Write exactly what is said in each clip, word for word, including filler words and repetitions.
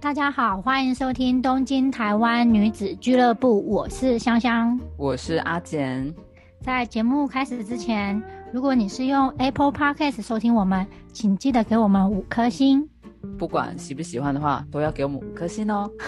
大家好，欢迎收听东京台湾女子俱乐部，我是香香， 我是阿简。 在节目开始之前，如果你是用 Apple Podcast 收听我们，请记得给我们五颗星， 不管喜不喜欢的话都要给我们五颗星哦。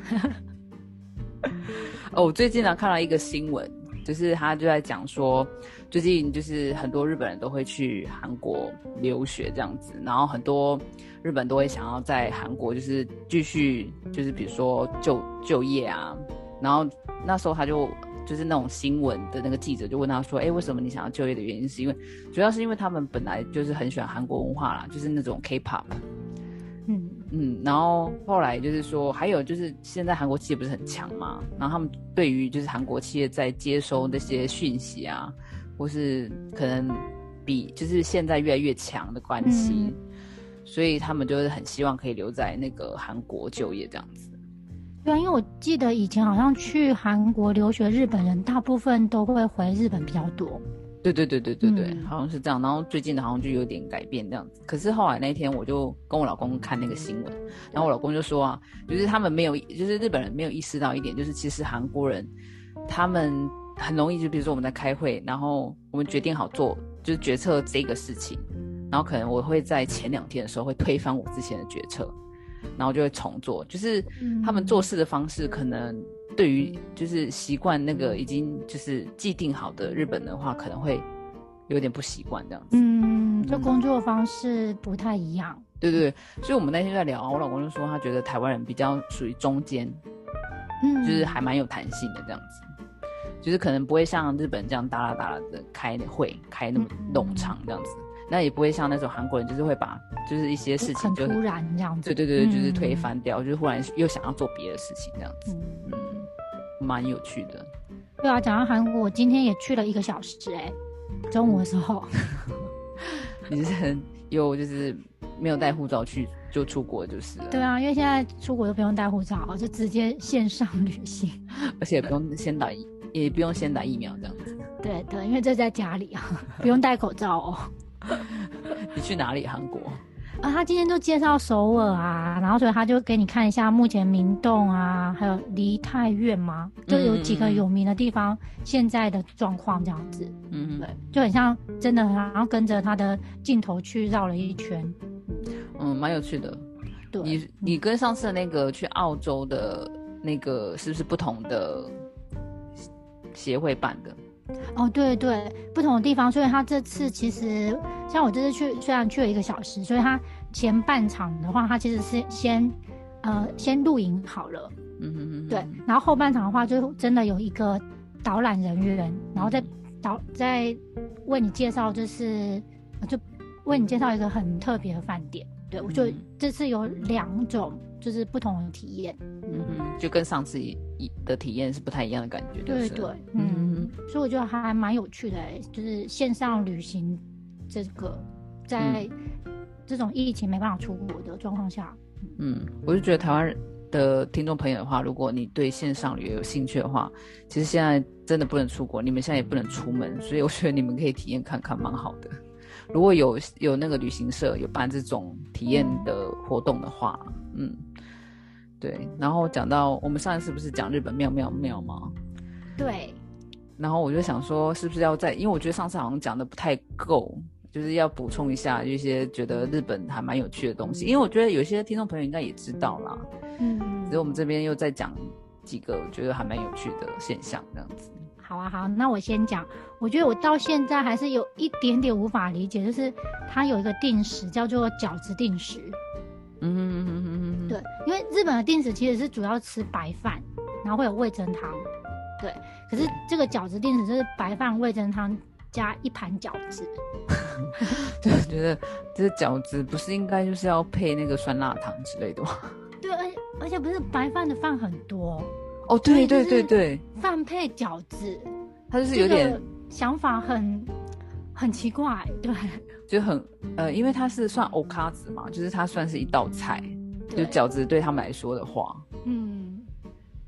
哦，我最近呢看到一个新闻，就是他就在讲说，最近就是很多日本人都会去韩国留学这样子，然后很多日本都会想要在韩国就是继续就是比如说就就业啊，然后那时候他就就是那种新闻的那个记者就问他说，哎，为什么你想要就业的原因是因为主要是因为他们本来就是很喜欢韩国文化啦，就是那种 K-pop。 嗯嗯，然后后来就是说，还有就是现在韩国企业不是很强嘛，然后他们对于就是韩国企业在接收那些讯息啊，或是可能比就是现在越来越强的关系，嗯，所以他们就是很希望可以留在那个韩国就业这样子。 对啊，因为我记得以前好像去韩国留学日本人大部分都会回日本比较多。 对对对对对对， 嗯， 好像是这样。然后最近的好像就有点改变这样子。可是后来那一天我就跟我老公看那个新闻，然后我老公就说啊，就是他们没有，就是日本人没有意识到一点，就是其实韩国人他们很容易，就比如说我们在开会，然后我们决定好做，就是决策这个事情，然后可能我会在前两天的时候会推翻我之前的决策，然后就会重做，就是他们做事的方式可能对于就是习惯那个已经就是既定好的日本的话，可能会有点不习惯这样子。 嗯，就工作方式不太一样。 嗯，对对对，所以我们那天在聊，我老公就说他觉得台湾人比较属于中间，嗯，就是还蛮有弹性的这样子，就是可能不会像日本这样哒啦哒啦的开会开那么冗长这样子。嗯，那也不会像那种韩国人，就是会把就是一些事情就很突然这样子， 对对对，就是推翻掉，嗯，就是忽然又想要做别的事情这样子，嗯，蛮有趣的。 对啊，讲到韩国，我今天也去了一个小时，哎，中午的时候。 你是有就是没有带护照去就出国就是了？ 对啊，因为现在出国都不用带护照，就直接线上旅行， 而且也不用先打疫，也不用先打疫苗这样子。 对对，因为这在家里啊，不用戴口罩哦。 你去哪里？韩国啊？他今天就介绍首尔啊，然后所以他就给你看一下目前明洞啊，还有梨泰院嘛，就有几个有名的地方现在的状况这样子。嗯，对，就很像真的，然后跟着他的镜头去绕了一圈。 嗯，蛮有趣的。对，你你跟上次的那个去澳洲的那个是不是不同的协会办的？ 哦，对对，不同的地方，所以他这次其实像我这次去，虽然去了一个小时，所以他前半场的话，他其实是先呃先录影好了，嗯哼哼，对，然后后半场的话，就真的有一个导览人员，然后再导再为你介绍，就是就为你介绍一个很特别的饭店。对，我就这次有两种就是不同的体验， 嗯哼，就跟上次的体验是不太一样的感觉， 对对，嗯，所以我觉得还蛮有趣的，就是线上旅行这个在这种疫情没办法出国的状况下， 嗯，我就觉得台湾的听众朋友的话，如果你对线上旅游有兴趣的话，其实现在真的不能出国，你们现在也不能出门，所以我觉得你们可以体验看看，蛮好的。如果有有那个旅行社有办这种体验的活动的话，嗯，对。然后讲到我们上一次不是讲日本妙妙妙吗？ 对。 然后我就想说，是不是要再，因为我觉得上次好像讲的不太够，就是要补充一下一些觉得日本还蛮有趣的东西，因为我觉得有些听众朋友应该也知道啦，嗯，只是我们这边又再讲几个我觉得还蛮有趣的现象这样子。 好啊，好，那我先讲。我觉得我到现在还是有一点点无法理解，就是它有一个定时叫做饺子定时。嗯哼哼哼哼，对，因为日本的定时其实是主要吃白饭，然后会有味噌汤。对，可是这个饺子定时就是白饭味噌汤加一盘饺子。 对，我觉得这饺子不是应该就是要配那个酸辣汤之类的吗？ 对，而且而且不是白饭的饭很多。 哦，对对对对， 饭配饺子， 它就是有点、这个、 想法很很奇怪，对， 就很呃，因为它是算欧卡子嘛，就是它算是一道菜，就饺子对他们来说的话，嗯，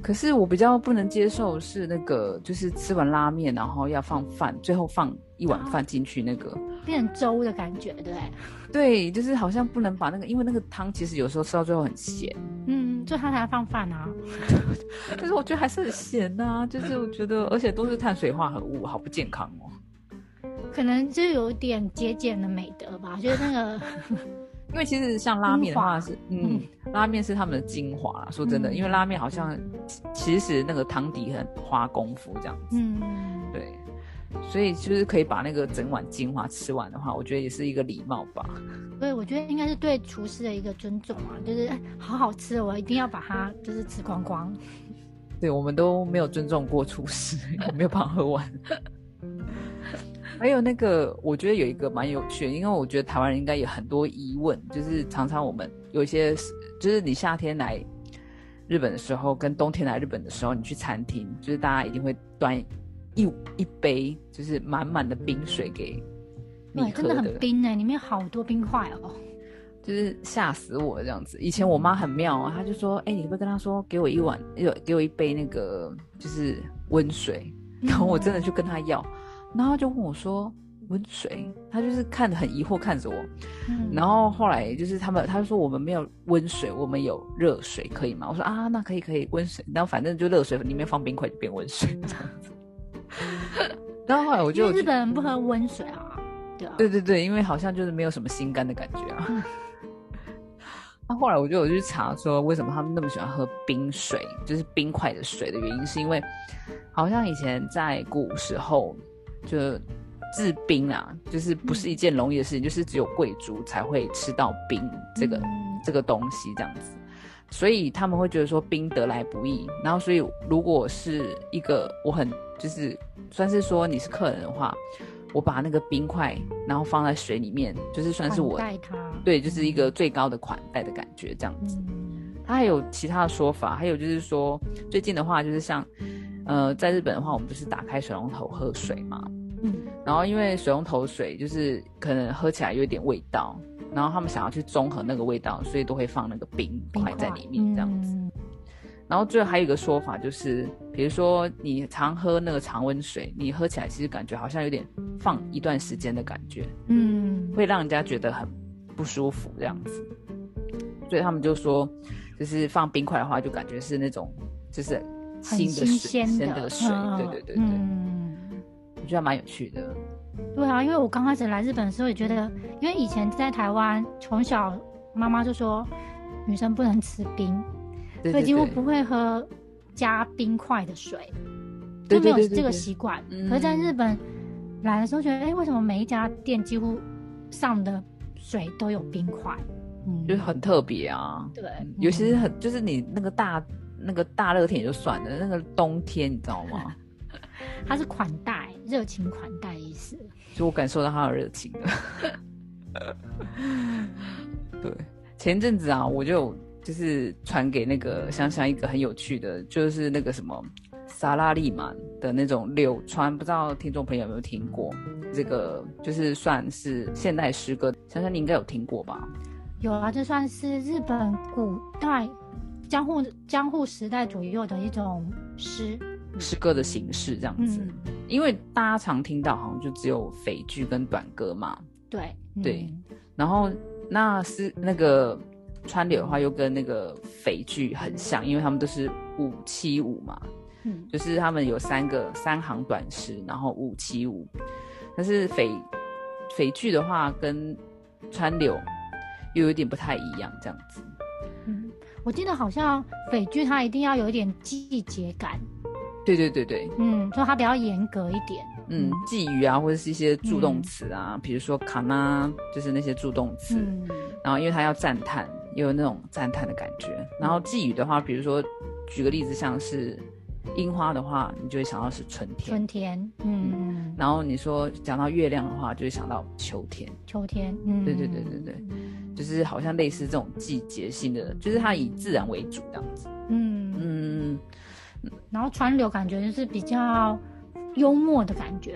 可是我比较不能接受是那个，就是吃完拉面然后要放饭，最后放一碗饭进去那个、哦、 变成粥的感觉，对对，就是好像不能把那个，因为那个汤其实有时候吃到最后很咸， 嗯，所以他才放饭啊但是我觉得还是很咸啊，就是我觉得而且都是碳水化合物，好不健康哦。 可能就有点节俭的美德吧，就是那个因为其实像拉面的话是嗯, 嗯拉面是他们的精华啦，说真的、嗯、因为拉面好像其实那个汤底很花功夫这样子，嗯，对，所以就是可以把那个整碗精华吃完的话，我觉得也是一个礼貌吧。 对，我觉得应该是对厨师的一个尊重啊，就是好好吃我一定要把它就是吃光光。 对，我们都没有尊重过厨师我没有把它喝完还有那个我觉得有一个蛮有趣的，因为我觉得台湾人应该有很多疑问，就是常常我们有一些就是你夏天来日本的时候跟冬天来日本的时候，你去餐厅就是大家一定会端一一杯就是满满的冰水给你喝的， 真的很冰耶，里面好多冰块哦， 就是吓死我这样子。以前我妈很妙啊，她就说哎、欸，你会不会跟她说给我一碗给我一杯那个就是温水，然后我真的就跟她要、嗯，然后就问我说温水，他就是看得很疑惑看着我、嗯、然后后来就是他们他就说我们没有温水，我们有热水可以吗？我说啊那可以可以温水，然后反正就热水里面放冰块就变温水这样子然后后来我就因为日本人不喝温水啊，对啊， 对对对，因为好像就是没有什么心肝的感觉啊、嗯那后来我就有去查说为什么他们那么喜欢喝冰水，就是冰块的水的原因是因为好像以前在古时候就制冰啊，就是不是一件容易的事情、嗯、就是只有贵族才会吃到冰这个、嗯、这个东西这样子，所以他们会觉得说冰得来不易，然后所以如果是一个我很就是算是说你是客人的话，我把那个冰块然后放在水里面，就是算是我款待它， 对，就是一个最高的款待的感觉这样子、嗯、它还有其他的说法，还有就是说最近的话就是像呃，在日本的话我们就是打开水龙头喝水嘛，嗯，然后因为水龙头水就是可能喝起来有点味道，然后他们想要去中和那个味道，所以都会放那个冰块在里面这样子、嗯、然后最后还有一个说法就是比如说你常喝那个常温水，你喝起来其实感觉好像有点放一段时间的感觉，嗯，会让人家觉得很不舒服这样子，所以他们就说就是放冰块的话就感觉是那种就是新的水新鲜的水、嗯、对对对对、嗯，我觉得蛮有趣的。 对啊，因为我刚开始来日本的时候也觉得，因为以前在台湾从小妈妈就说女生不能吃冰，对对对，所以几乎不会喝加冰块的水，就没有这个习惯。可是在日本来的时候觉得，哎、欸，为什么每一家店几乎上的水都有冰块？嗯， 就是很特别啊。 对， 尤其是很就是你那个大那个大热天也就算了，那个冬天你知道吗？ 它是款待，热情款待的意思， 所以我感受到他的热情了。对，前阵子啊，我就就是传给那个香香一个很有趣的，就是那个什么萨拉利曼的那种柳川，不知道听众朋友有没有听过？这个就是算是现代诗歌，香香你应该有听过吧？ 有啊，这算是日本古代江户江户时代左右的一种诗。 诗歌的形式这样子、嗯、因为大家常听到好像就只有匪句跟短歌嘛， 对、 嗯、对，然后那是那个川柳的话又跟那个匪句很像，因为他们都是五七五嘛，嗯，就是他们有三个三行短诗，然后五七五，但是匪匪句的话跟川柳又有点不太一样这样子。 嗯，我记得好像匪句它一定要有一点季节感， 对对对对， 嗯，所以它比较严格一点， 嗯，寄语啊，或者是一些助动词啊，比、嗯、如说卡那，就是那些助动词、嗯，然后因为它要赞叹，也有那种赞叹的感觉。然后寄语的话，比如说举个例子，像是樱花的话，你就会想到是春天， 春天，嗯，嗯然后你说讲到月亮的话，就会想到秋天， 秋天，嗯， 对对对对对，就是好像类似这种季节性的，就是它以自然为主这样子，嗯嗯。 然后川柳感觉就是比较幽默的感觉，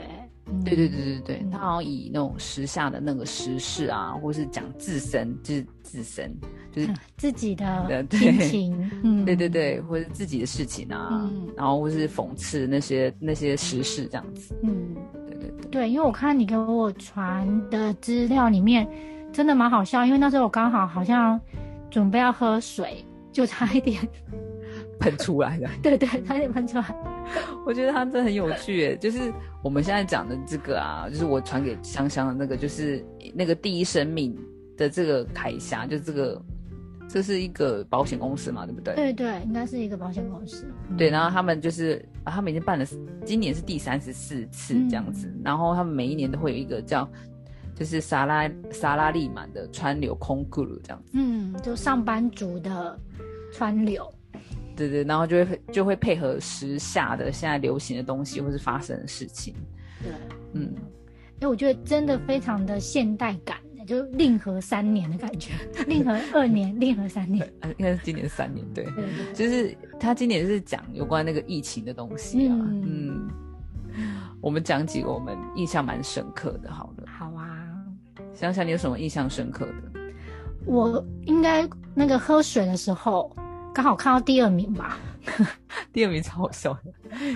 嗯、 对对对对对，嗯、他好像以那种时下的那个时事啊，或是讲自身，就是自身，就是、 嗯、自己的心情，嗯， 对对对，或是自己的事情啊，嗯、然后或是讽刺那些那些时事这样子，嗯，对对对， 对，因为我看你给我传的资料里面，真的蛮好笑，因为那时候我刚好好像准备要喝水，就差一点喷出来的， 对对，差一点喷出来。 我觉得他真的很有趣耶，就是我们现在讲的这个啊，就是我传给香香的那个，就是那个第一生命的这个凯霞，就这个，这是一个保险公司嘛，对不对？ 对对，应该是一个保险公司。 对，然后他们就是、啊、他们已经办了，今年是第三十四次这样子、嗯，然后他们每一年都会有一个叫，就是沙拉沙拉利满的川流空咕噜这样子，嗯， 就上班族的川流。 对对，然后就会就会配合时下的现在流行的东西或是发生的事情。 对，嗯，因为我觉得真的非常的现代感，就令和三年的感觉，令和二年，令和三年， 应该是今年三年，对，对对，就是他今年是讲有关那个疫情的东西啊，嗯，嗯我们讲几个我们印象蛮深刻的，好了， 好啊， 想想你有什么印象深刻的？ 我应该那个喝水的时候。刚好看到第二名吧， 第二名超好笑的。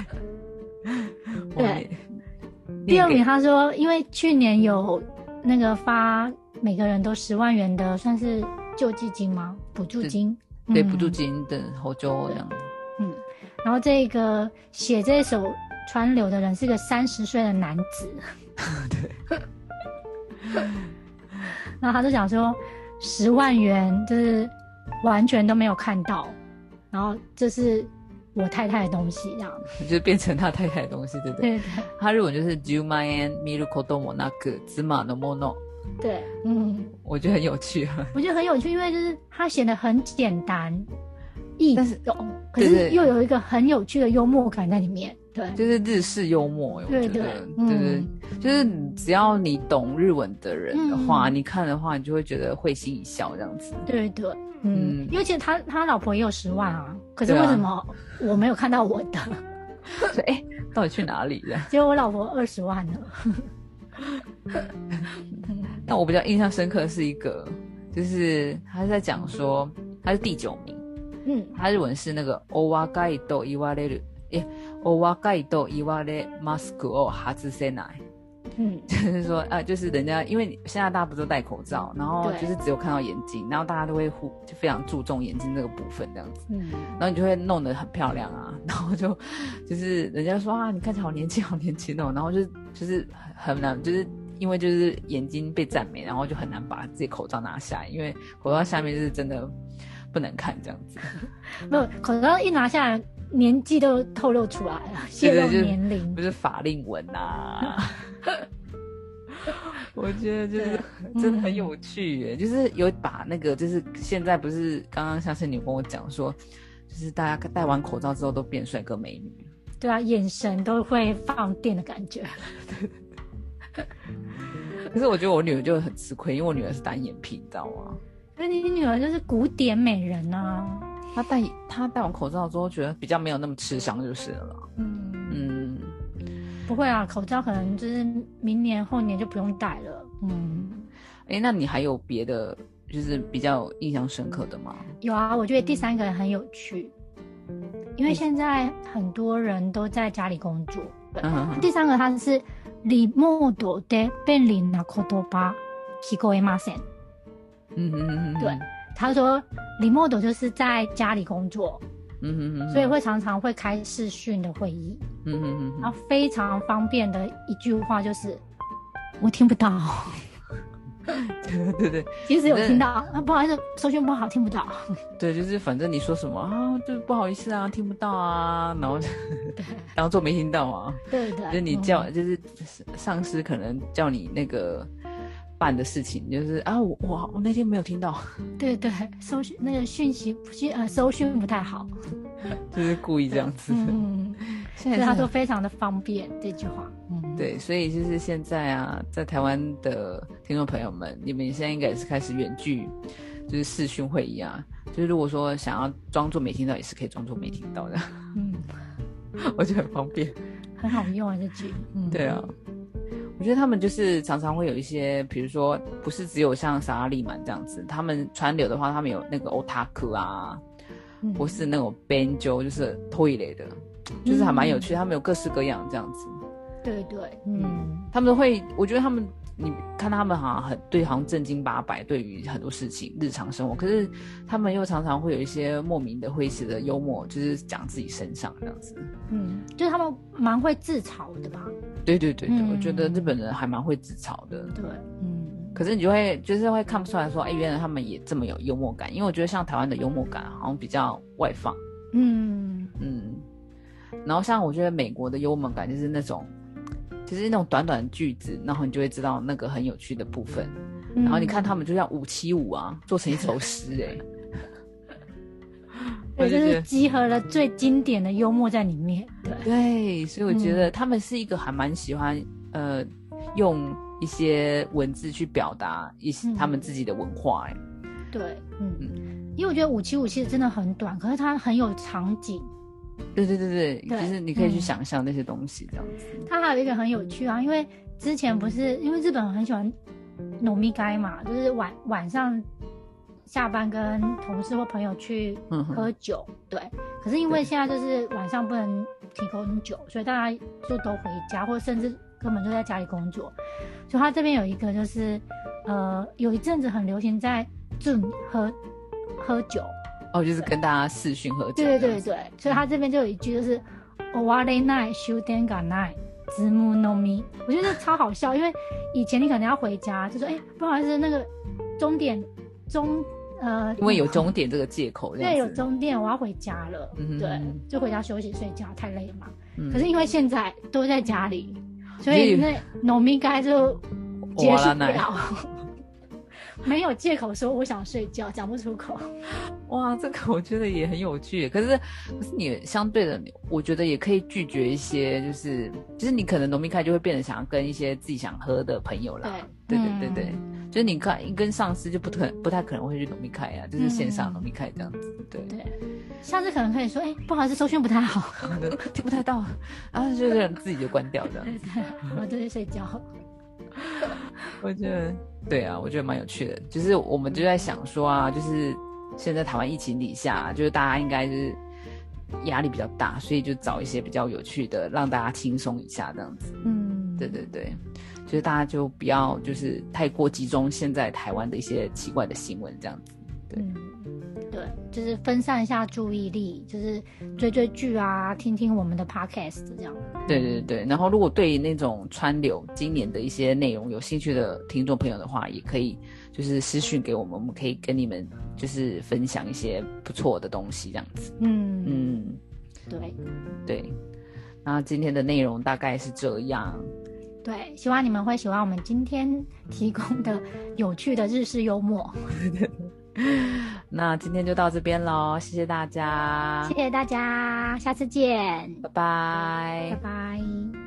对，第二名他说，因为去年有那个发每个人都十万元的，算是救济金吗？补助金？ 对，补助金的后就这样。 嗯，然后这个写这首川流的人是个三十岁的男子。对。然后他就讲说，十万元就是。完全都没有看到，然后这是我太太的东西，这样就变成他太太的东西，对不对？对对。他日文就是十万円見ることもなく妻のもの。 对，嗯， 我觉得很有趣啊。 我觉得很有趣，因为就是他写的很简单易懂，可是又有一个很有趣的幽默感在里面。对， 就是日式幽默，对对对、嗯、对对，就是只要你懂日文的人的话、嗯，你看的话，你就会觉得会心一笑这样子。 对对。嗯，因为其实他他老婆也有十万啊，可是为什么我没有看到我的？ 所以哎，到底去哪里了？ 结果我老婆二十万了。 但我比较印象深刻的是一个，就是他在讲说他是第九名，嗯，他日文是那个お若いと言われる，え、お若いと言われますを外せない。嗯，就是说啊，就是人家因为现在大家不都戴口罩，然后就是只有看到眼睛，然后大家都会互就非常注重眼睛这个部分这样子，嗯，然后你就会弄得很漂亮啊，然后就就是人家说啊，你看起来好年轻，好年轻哦，然后就就是很难，就是因为就是眼睛被赞美，然后就很难把自己口罩拿下来，因为口罩下面就是真的不能看这样子。 没有口罩一拿下来，年纪都透露出来了，泄露年龄， 不是法令纹啊。我觉得就是真的很有趣耶、嗯、就是有把那个就是现在不是刚刚像是你跟我讲说，就是大家戴完口罩之后都变帅哥美女， 对啊，眼神都会放电的感觉。 可是我觉得我女儿就很吃亏，因为我女儿是单眼皮，你知道吗？ 那你女儿就是古典美人啊， 她戴她戴完口罩之后觉得比较没有那么吃香就是了啦。嗯嗯， 不会啊，口罩可能就是明年后年就不用戴了。嗯， 哎、欸，那你还有别的就是比较印象深刻的吗？ 有啊，我觉得第三个很有趣，因为现在很多人都在家里工作。嗯、第三个它是リモートで便利な言葉聞こえません。嗯嗯嗯嗯，对，他说リモート就是在家里工作。嗯哼哼，所以会常常会开视讯的会议。嗯哼哼，然后非常方便的一句话就是我听不到。 对对对， 其实有听到啊，不好意思，收讯不好，听不到。 对，就是反正你说什么啊，就不好意思啊，听不到啊，然后然后做没听到啊。对对，就是你叫、嗯，就是上司可能叫你那个办的事情，就是啊，我我我那天没有听到。对对，收讯那个讯息讯呃收讯不太好，就是故意这样子。嗯，所以他说非常的方便这句话。嗯，对，所以就是现在啊，在台湾的听众朋友们，你们现在应该也是开始远距，就是视讯会议啊。就是如果说想要装作没听到，也是可以装作没听到的。嗯，我觉得很方便，很好用啊这句。嗯，对啊。 我觉得他们就是常常会有一些，比如说不是只有像萨拉利曼这样子，他们川流的话，他们有那个 otaku 啊，嗯、或是那种 banjo， 就是 toilet 的，就是还蛮有趣的、嗯，他们有各式各样这样子。 对对，嗯， 他们都会，我觉得他们，你看他们好像很对，好像正经八百，对于很多事情日常生活，可是他们又常常会有一些莫名的诙谐的幽默，就是讲自己身上这样子。 嗯，就是他们蛮会自嘲的吧？ 对对对对、嗯，我觉得日本人还蛮会自嘲的。 对，嗯。 可是你就会就是会看不出来说，哎，原来他们也这么有幽默感，因为我觉得像台湾的幽默感好像比较外放。嗯嗯。然后像我觉得美国的幽默感就是那种。就是那种短短的句子，然后你就会知道那个很有趣的部分。嗯、然后你看他们就像五七五啊，做成一首诗哎、欸。 对，就是集合了最经典的幽默在里面。对， 对，所以我觉得他们是一个还蛮喜欢、嗯、呃用一些文字去表达一些他们自己的文化哎、欸嗯。对，嗯嗯，因为我觉得五七五其实真的很短，可是它很有场景。 对对对对，就是你可以去想象那些东西这样子。 嗯、它还有一个很有趣啊，因为之前不是因为日本人很喜欢飲み会嘛，就是晚晚上下班跟同事或朋友去喝酒、嗯，对。可是因为现在就是晚上不能提供酒，所以大家就都回家，或者甚至根本就在家里工作。所以他这边有一个就是呃，有一阵子很流行在 Zoom 喝喝酒。 哦，就是跟大家视讯喝酒。 对对对对，所以他这边就有一句就是“終われない終電がないズームのみ”，我觉得超好笑，因为以前你可能要回家，就说：“哎、欸，不好意思，那个终点终呃， 因为有终点这个借口， 对，有终点，我要回家了，嗯、对，就回家休息睡觉，太累嘛。嗯、可是因为现在都在家里，所以那飲み会就结束不了。没有借口说我想睡觉，讲不出口。 哇，这个我觉得也很有趣。可是，可是你相对的，我觉得也可以拒绝一些，就是就是你可能农民开就会变得想要跟一些自己想喝的朋友啦。对对对对对，嗯、就是你看跟上司就不可不太可能会去农民开啊，就是线上农民开这样子。对对， 下次可能可以说，哎、欸，不好意思，收讯不太好， 听不太到，然后就是自己就关掉这样。 对对，我就去睡觉。 我觉得对啊，我觉得蛮有趣的。就是我们就在想说啊，就是现在台湾疫情底下，就是大家应该就是压力比较大，所以就找一些比较有趣的，让大家轻松一下这样子。嗯，对对对，就是大家就不要就是太过集中现在台湾的一些奇怪的新闻这样子。对。嗯对，就是分散一下注意力，就是追追剧啊，听听我们的 podcast 这样。 对对对，然后如果对那种川流今年的一些内容有兴趣的听众朋友的话，也可以就是私讯给我们，我们可以跟你们就是分享一些不错的东西这样子。嗯嗯， 对对，那今天的内容大概是这样。 对，希望你们会喜欢我们今天提供的有趣的日式幽默。 那今天就到这边咯，谢谢大家， 谢谢大家，下次见， 拜拜， 拜拜。